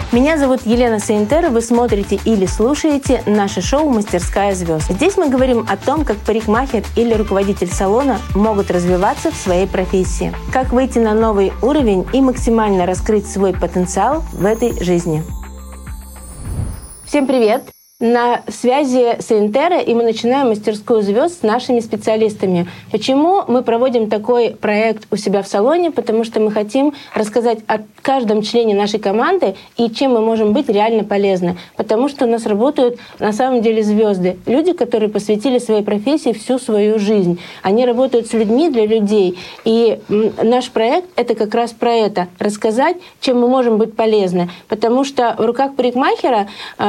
Меня зовут Елена Саентера, вы смотрите или слушаете наше шоу «Мастерская звезд». Здесь мы говорим о том, как парикмахер или руководитель салона могут развиваться в своей профессии, как выйти на новый уровень и максимально раскрыть свой потенциал в этой жизни. Всем привет! На связи Саентера, и мы начинаем «Мастерскую звезд» с нашими специалистами. Почему мы проводим такой проект у себя в салоне? Потому что мы хотим рассказать о каждом члене нашей команды и чем мы можем быть реально полезны. Потому что у нас работают на самом деле звезды. Люди, которые посвятили своей профессии всю свою жизнь. Они работают с людьми для людей. И наш проект — это как раз про это. Рассказать, чем мы можем быть полезны. Потому что в руках парикмахера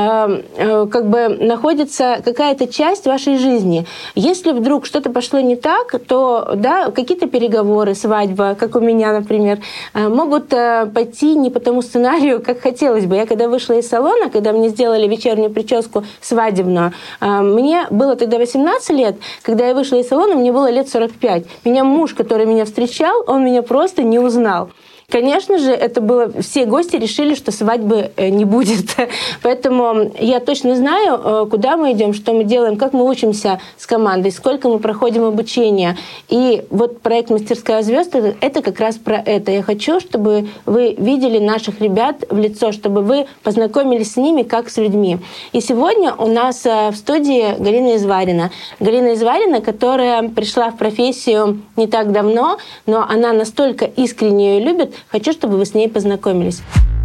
находится какая-то часть вашей жизни. Если вдруг что-то пошло не так, то да, какие-то переговоры, свадьба, как у меня, например, могут пойти не по тому сценарию, как хотелось бы. Я когда вышла из салона, когда мне сделали вечернюю прическу свадебную, мне было тогда 18 лет. Когда я вышла из салона, мне было лет 45. Меня муж, который меня встречал, он меня просто не узнал. Конечно же, это было. Все гости решили, что свадьбы не будет. Поэтому я точно знаю, куда мы идем, что мы делаем, как мы учимся с командой, сколько мы проходим обучение. И вот проект «Мастерская звезд» — это как раз про это. Я хочу, чтобы вы видели наших ребят в лицо, чтобы вы познакомились с ними как с людьми. И сегодня у нас в студии Галина Изварина. Галина Изварина, которая пришла в профессию не так давно, но она настолько искренне ее любит. Хочу, чтобы вы с ней познакомились.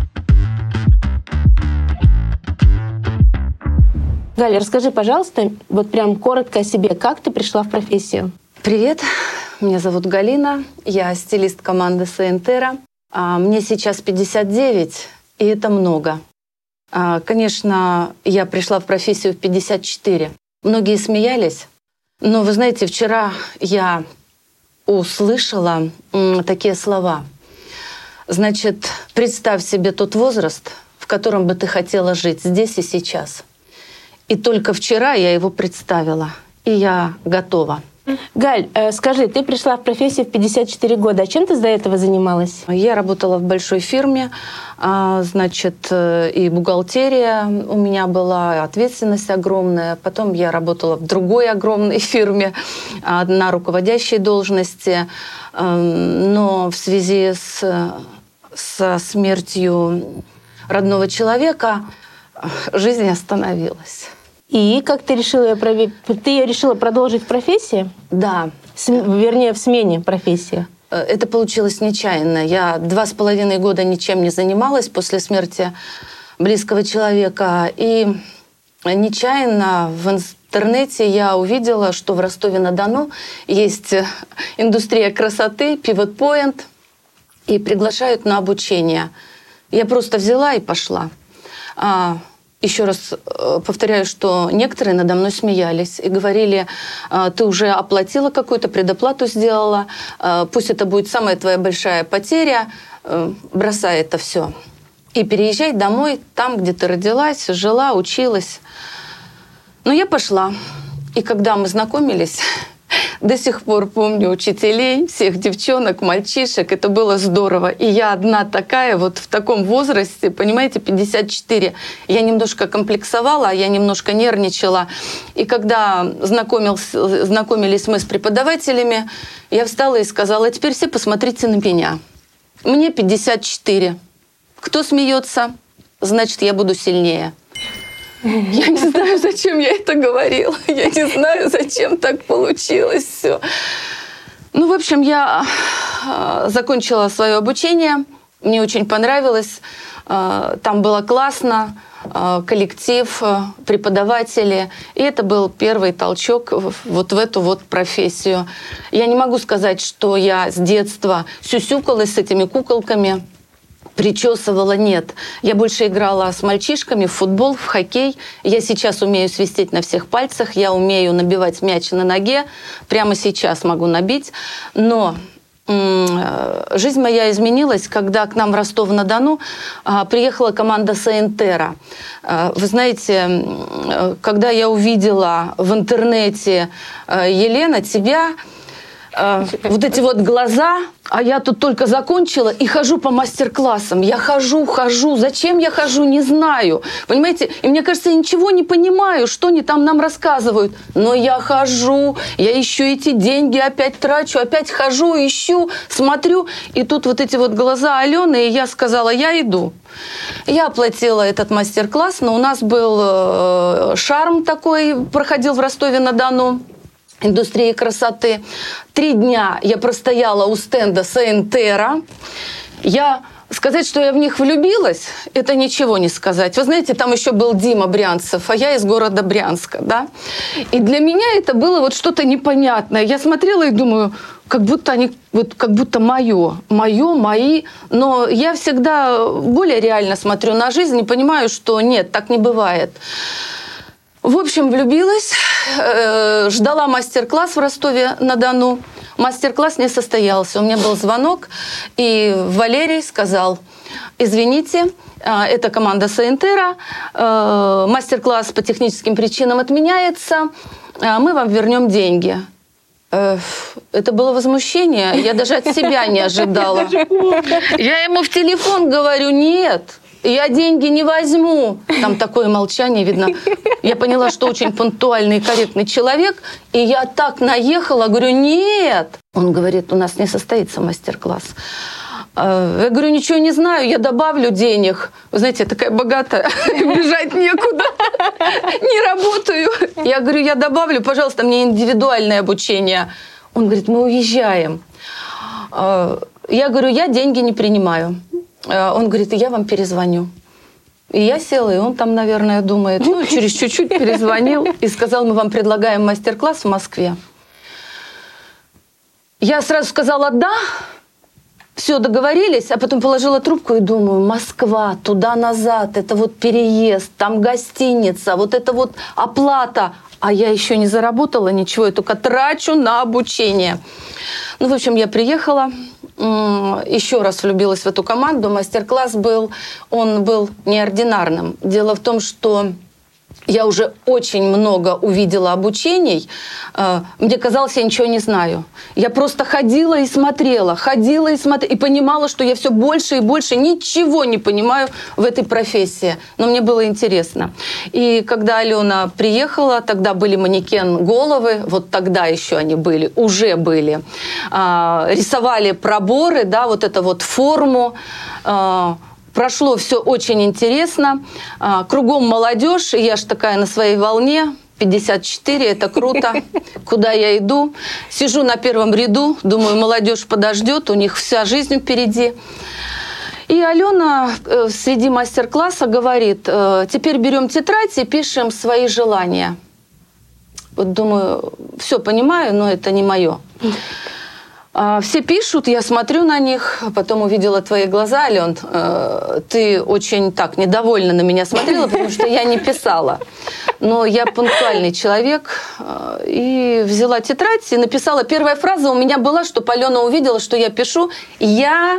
Галя, расскажи, пожалуйста, вот прям коротко о себе. Как ты пришла в профессию? Привет, меня зовут Галина, я стилист команды Саентера. Мне сейчас 59, и это много. Конечно, я пришла в профессию в 54. Многие смеялись, но вы знаете, вчера я услышала такие слова. Значит, представь себе тот возраст, в котором бы ты хотела жить здесь и сейчас. И только вчера я его представила, и я готова. Галь, скажи, ты пришла в профессию в 54 года. А чем ты до этого занималась? Я работала в большой фирме, значит, и бухгалтерия у меня была, ответственность огромная. Потом я работала в другой огромной фирме на руководящей должности. Но в связи со смертью родного человека жизнь остановилась. И как ты решила ее решила продолжить в профессии? Да. Вернее, в смене профессии. Это получилось нечаянно. Я 2,5 года ничем не занималась после смерти близкого человека. И нечаянно в интернете я увидела, что в Ростове-на-Дону есть индустрия красоты, Pivot Point, и приглашают на обучение. Я просто взяла и пошла. Еще раз повторяю, что некоторые надо мной смеялись и говорили: ты уже оплатила какую-то предоплату, сделала, пусть это будет самая твоя большая потеря, бросай это все и переезжай домой, там, где ты родилась, жила, училась. Но я пошла. И когда мы знакомились, до сих пор помню учителей, всех девчонок, мальчишек. Это было здорово. И я одна такая, вот в таком возрасте, понимаете, 54. Я немножко комплексовала, я немножко нервничала. И когда знакомились мы с преподавателями, я встала и сказала: теперь все посмотрите на меня. Мне 54. Кто смеется, значит, я буду сильнее. Я не знаю, зачем я это говорила. Я не знаю, зачем так получилось все. Ну, в общем, я закончила свое обучение. Мне очень понравилось. Там было классно. Коллектив, преподаватели. И это был первый толчок вот в эту вот профессию. Я не могу сказать, что я с детства сюсюкалась с этими куколками. Причесывала, нет. Я больше играла с мальчишками в футбол, в хоккей. Я сейчас умею свистеть на всех пальцах, я умею набивать мяч на ноге. Прямо сейчас могу набить. Но жизнь моя изменилась, когда к нам в Ростов-на-Дону приехала команда Саентера. Вы знаете, когда я увидела в интернете: Елена, тебя вот эти вот глаза, а я тут только закончила и хожу по мастер-классам. Я хожу. Зачем я хожу, не знаю. Понимаете? И мне кажется, я ничего не понимаю, что они там нам рассказывают. Но я хожу, я ищу эти деньги, опять трачу, опять хожу, ищу, смотрю. И тут вот эти вот глаза Алены, и я сказала, я иду. Я оплатила этот мастер-класс, но у нас был шарм такой, проходил в Ростове-на-Дону. Индустрии красоты. 3 дня я простояла у стенда Саентера. Сказать, что я в них влюбилась, это ничего не сказать. Вы знаете, там еще был Дима Брянцев, а я из города Брянска, да. И для меня это было вот что-то непонятное. Я смотрела и думаю, как будто они, вот как будто мои. Но я всегда более реально смотрю на жизнь и понимаю, что нет, так не бывает. В общем, влюбилась, ждала мастер-класс в Ростове-на-Дону. Мастер-класс не состоялся. У меня был звонок, и Валерий сказал, извините, это команда Саентера, мастер-класс по техническим причинам отменяется, мы вам вернем деньги. Это было возмущение, я даже от себя не ожидала. Я ему в телефон говорю, нет. Я деньги не возьму. Там такое молчание, видно. Я поняла, что очень пунктуальный и корректный человек. И я так наехала, говорю, нет. Он говорит, у нас не состоится мастер-класс. Я говорю, ничего не знаю, я добавлю денег. Вы знаете, я такая богатая, бежать некуда, не работаю. Я говорю, я добавлю, пожалуйста, мне индивидуальное обучение. Он говорит, мы уезжаем. Я говорю, я деньги не принимаю. Он говорит, я вам перезвоню. И я села, и он там, наверное, думает, через чуть-чуть перезвонил и сказал, мы вам предлагаем мастер-класс в Москве. Я сразу сказала «да», все, договорились, а потом положила трубку и думаю, Москва, туда-назад, это вот переезд, там гостиница, вот это вот оплата. А я еще не заработала ничего, я только трачу на обучение. Ну, в общем, я приехала, еще раз влюбилась в эту команду. Мастер-класс он был неординарным. Дело в том, что я уже очень много увидела обучений. Мне казалось, я ничего не знаю. Я просто ходила и смотрела, и понимала, что я все больше и больше ничего не понимаю в этой профессии. Но мне было интересно. И когда Алена приехала, тогда были манекен-головы, вот тогда еще они были, уже были. Рисовали проборы, да, вот эту вот форму. Прошло все очень интересно. Кругом молодежь, и я ж такая на своей волне. 54, это круто. Куда я иду? Сижу на первом ряду, думаю, молодежь подождет, у них вся жизнь впереди. И Алена среди мастер-класса говорит, теперь берем тетрадь и пишем свои желания. Вот думаю, все понимаю, но это не мое. Все пишут, я смотрю на них, потом увидела твои глаза, Ален, ты очень так недовольно на меня смотрела, потому что я не писала. Но я пунктуальный человек, и взяла тетрадь и написала. Первая фраза у меня была, чтобы Алена увидела, что я пишу. Я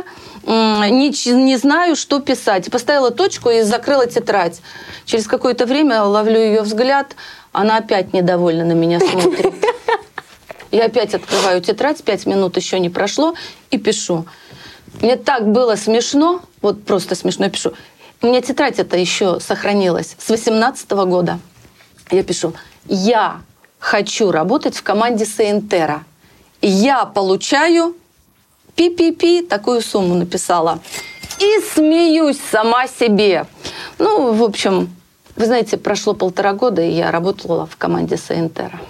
не знаю, что писать. Поставила точку и закрыла тетрадь. Через какое-то время ловлю ее взгляд, она опять недовольно на меня смотрит. Я опять открываю тетрадь, 5 минут еще не прошло, и пишу. Мне так было смешно, вот просто смешно я пишу. У меня тетрадь эта еще сохранилась с 2018 года. Я пишу, я хочу работать в команде Саентера. Я получаю пи-пи-пи, такую сумму написала. И смеюсь сама себе. Ну, в общем, вы знаете, прошло 1,5 года, и я работала в команде Саентера.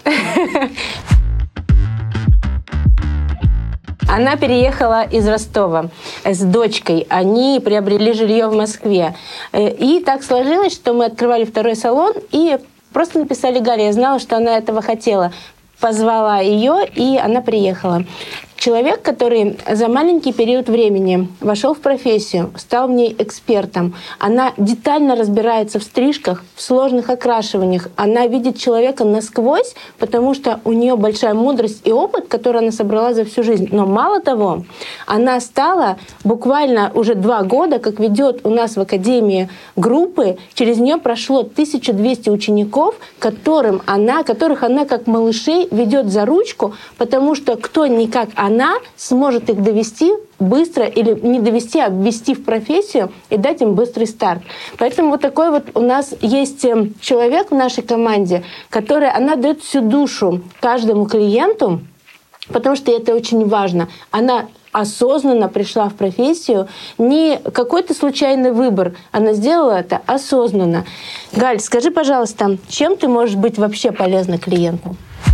Она переехала из Ростова с дочкой. Они приобрели жилье в Москве. И так сложилось, что мы открывали 2-й салон и просто написали Галя. Я знала, что она этого хотела. Позвала ее, и она приехала. Человек, который за маленький период времени вошел в профессию, стал в ней экспертом, она детально разбирается в стрижках, в сложных окрашиваниях, она видит человека насквозь, потому что у нее большая мудрость и опыт, который она собрала за всю жизнь. Но мало того, она стала буквально уже 2 года, как ведет у нас в Академии группы, через нее прошло 1200 учеников, которых она как малышей ведет за ручку, потому что кто не как она сможет их довести быстро или не довести, а ввести в профессию и дать им быстрый старт. Поэтому вот такой вот у нас есть человек в нашей команде, который она дает всю душу каждому клиенту, потому что это очень важно. Она осознанно пришла в профессию, не какой-то случайный выбор. Она сделала это осознанно. Галь, скажи, пожалуйста, чем ты можешь быть вообще полезна клиенту?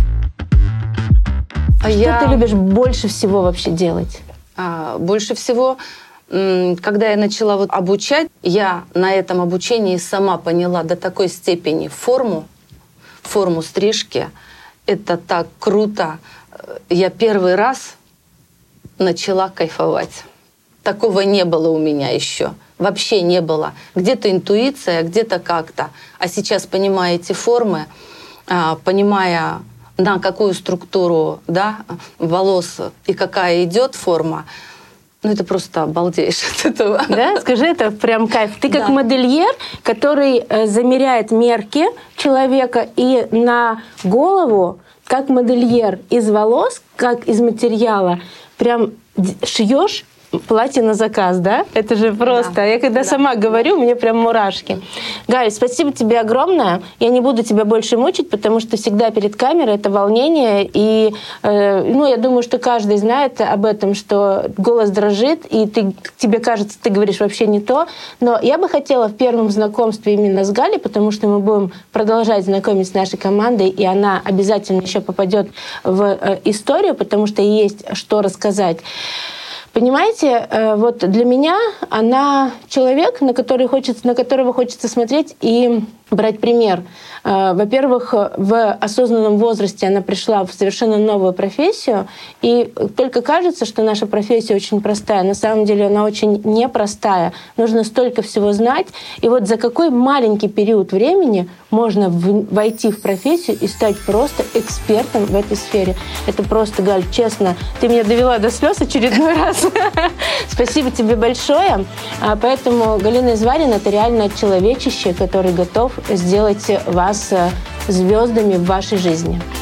Что ты любишь больше всего вообще делать? Больше всего, когда я начала обучать, я на этом обучении сама поняла до такой степени форму стрижки. Это так круто. Я первый раз начала кайфовать. Такого не было у меня еще. Вообще не было. Где-то интуиция, где-то как-то. А сейчас, понимая эти формы, понимая, на какую структуру, да, волос и какая идет форма, это просто обалдеешь от этого. Да, скажи, это прям кайф. Ты как модельер, который замеряет мерки человека и на голову, как модельер из волос, как из материала, прям шьешь платье на заказ, да? Это же просто... Да. Я когда сама говорю, мне прям мурашки. Галь, спасибо тебе огромное. Я не буду тебя больше мучить, потому что всегда перед камерой это волнение. И я думаю, что каждый знает об этом, что голос дрожит, и тебе кажется, ты говоришь вообще не то. Но я бы хотела в первом знакомстве именно с Галей, потому что мы будем продолжать знакомить с нашей командой, и она обязательно еще попадет в историю, потому что есть что рассказать. Понимаете, вот для меня она человек, на которого хочется смотреть и брать пример. Во-первых, в осознанном возрасте она пришла в совершенно новую профессию, и только кажется, что наша профессия очень простая. На самом деле она очень непростая. Нужно столько всего знать. И вот за какой маленький период времени можно войти в профессию и стать просто экспертом в этой сфере. Это просто, Галь, честно, ты меня довела до слез очередной раз. Спасибо тебе большое. Поэтому Галина Изварина — это реально человечище, который готов сделать вас звездами в вашей жизни.